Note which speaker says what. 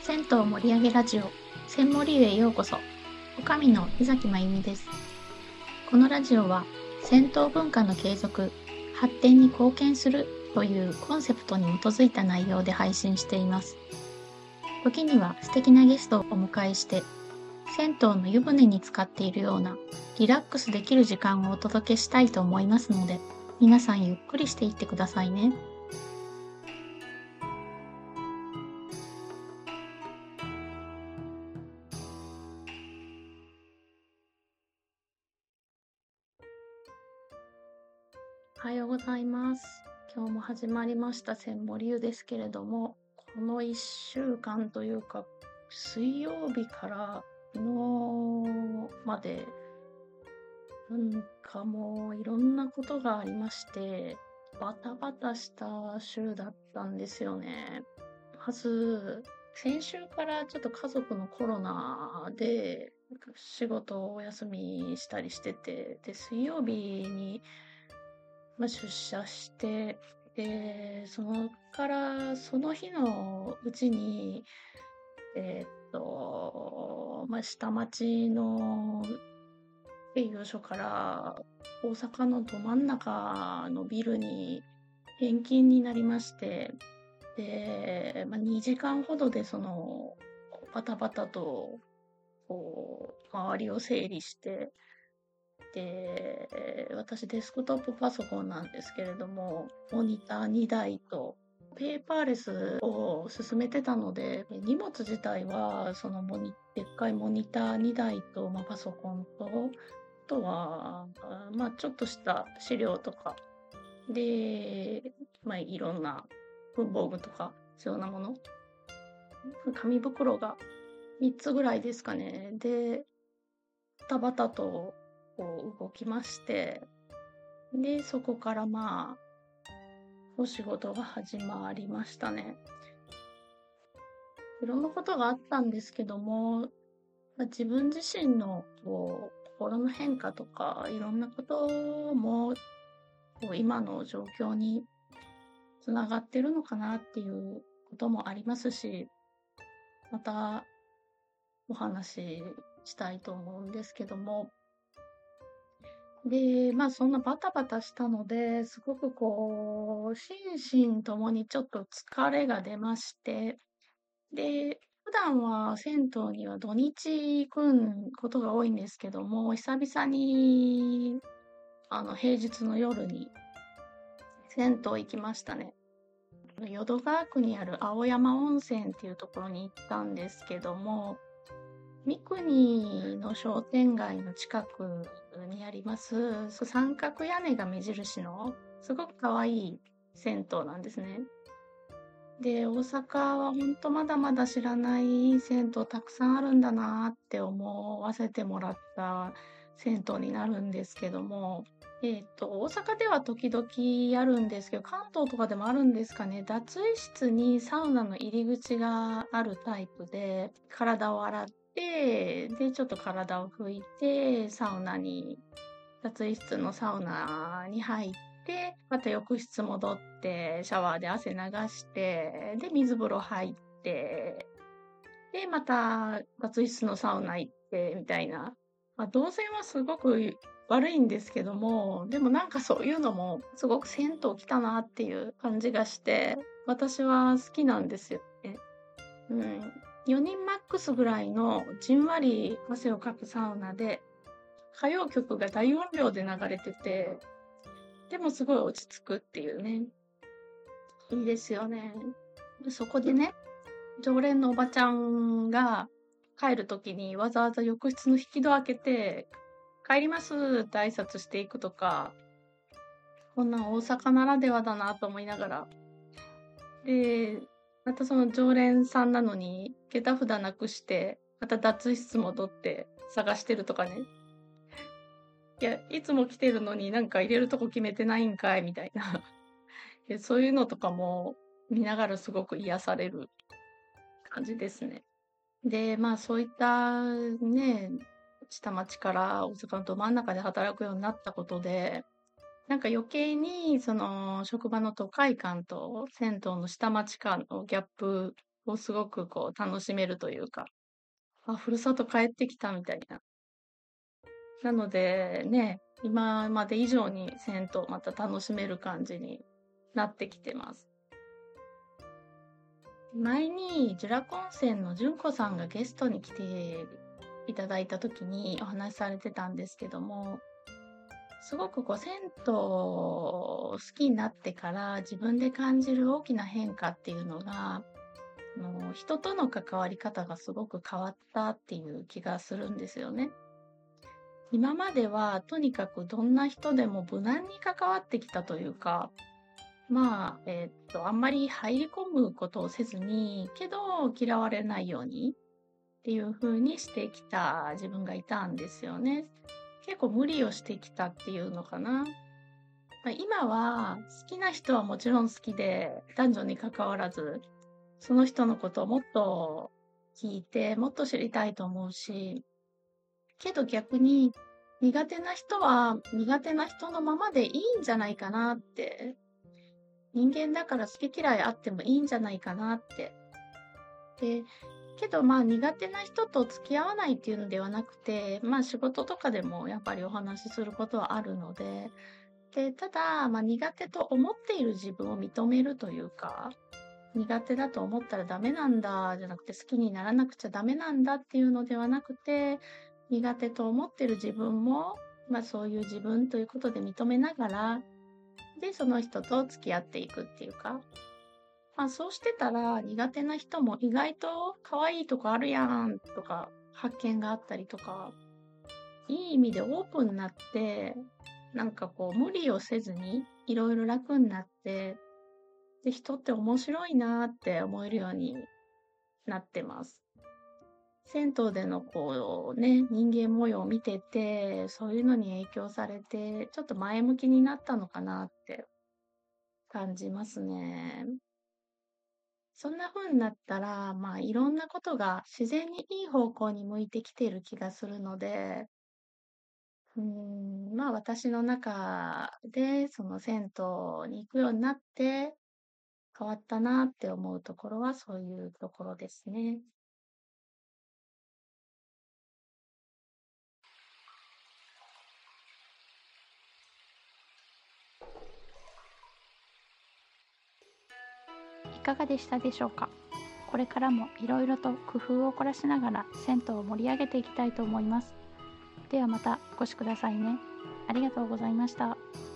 Speaker 1: 銭湯盛り上げラジオ千森湯へようこそ。おかみの井崎真由美です。このラジオは銭湯文化の継続、発展に貢献するというコンセプトに基づいた内容で配信しています。時には素敵なゲストをお迎えして銭湯の湯船に浸かっているようなリラックスできる時間をお届けしたいと思いますので、皆さんゆっくりしていってくださいね。おはようございます。今日も始まりました千森湯ですけれども、この1週間というか、水曜日から昨日まで、なんかもういろんなことがありまして、バタバタした週だったんですよね。まず、先週からちょっと家族のコロナで、仕事をお休みしたりしてて、で、水曜日に出社して、で、そのから、その日のうちに、下町の営業所から大阪のど真ん中のビルに転勤になりまして、で、2時間ほどでバタバタと、周りを整理して、で、私デスクトップパソコンなんですけれども、モニター2台と、ペーパーレスを進めてたので、荷物自体は、でっかいモニター2台と、パソコンと、あとは、ちょっとした資料とか、で、いろんな文房具とか、必要なもの、紙袋が3つぐらいですかね。で、バタバタと動きまして、で、そこからお仕事が始まりましたね。いろんなことがあったんですけども、自分自身の心の変化とか、いろんなことも今の状況につながってるのかなっていうこともありますし、またお話ししたいと思うんですけども、で、そんなバタバタしたので、すごく心身ともにちょっと疲れが出まして、で、普段は銭湯には土日行くことが多いんですけども、久々に、平日の夜に銭湯行きましたね。淀川区にある青山温泉っていうところに行ったんですけども、三国の商店街の近くにあります、三角屋根が目印の、すごく可愛い銭湯なんですね。で、大阪は本当まだまだ知らない銭湯たくさんあるんだなって思わせてもらった銭湯になるんですけども、大阪では時々あるんですけど、関東とかでもあるんですかね。脱衣室にサウナの入り口があるタイプで、体を洗って、で、ちょっと体を拭いて、脱衣室のサウナに入って、また浴室戻って、シャワーで汗流して、で、水風呂入って、で、また脱衣室のサウナ行って、みたいな。動線はすごく悪いんですけども、でもなんかそういうのもすごく銭湯来たなっていう感じがして、私は好きなんですよね。うん。4人マックスぐらいのじんわり汗をかくサウナで、歌謡曲が大音量で流れてて、でもすごい落ち着くっていうね。いいですよね。でそこでね、常連のおばちゃんが帰るときにわざわざ浴室の引き戸開けて、帰りますって挨拶していくとか、こんなん大阪ならではだなと思いながら。で、またその常連さんなのに、下駄札なくして、また脱衣室戻って探してるとかね。いや、いつも来てるのになんか入れるとこ決めてないんかいみたいな。そういうのとかも見ながらすごく癒される感じですね。で、そういったね、下町から大阪のど真ん中で働くようになったことで、なんか余計にその職場の都会感と銭湯の下町感のギャップをすごくこう楽しめるというか、あ、ふるさと帰ってきたみたいな。なのでね、今まで以上に銭湯また楽しめる感じになってきてます。前にジュラコ温泉の純子さんがゲストに来ていただいた時にお話しされてたんですけども、すごくこう銭湯を好きになってから自分で感じる大きな変化っていうのが、人との関わり方がすごく変わったっていう気がするんですよね。今まではとにかくどんな人でも無難に関わってきたというか、あんまり入り込むことをせずに、けど嫌われないようにっていう風にしてきた自分がいたんですよね。結構無理をしてきたっていうのかな。今は好きな人はもちろん好きで、男女に関わらず、その人のことをもっと聞いて、もっと知りたいと思うし、けど逆に苦手な人は苦手な人のままでいいんじゃないかなって、人間だから好き嫌いあってもいいんじゃないかなって。で、けど苦手な人と付き合わないっていうのではなくて、仕事とかでもやっぱりお話しすることはあるので、で、ただ、苦手と思っている自分を認めるというか、苦手だと思ったらダメなんだ、じゃなくて好きにならなくちゃダメなんだっていうのではなくて、苦手と思ってる自分も、そういう自分ということで認めながら、で、その人と付き合っていくっていうか、そうしてたら苦手な人も意外と可愛いとこあるやんとか発見があったりとか、いい意味でオープンになって、なんかこう無理をせずにいろいろ楽になって、で、人って面白いなって思えるようになってます。銭湯でのこうね、人間模様を見てて、そういうのに影響されて、ちょっと前向きになったのかなって感じますね。そんな風になったら、いろんなことが自然にいい方向に向いてきている気がするので、私の中でその銭湯に行くようになって変わったなって思うところはそういうところですね。
Speaker 2: いかがでしたでしょうか。これからもいろいろと工夫を凝らしながら銭湯を盛り上げていきたいと思います。ではまたお越しくださいね。ありがとうございました。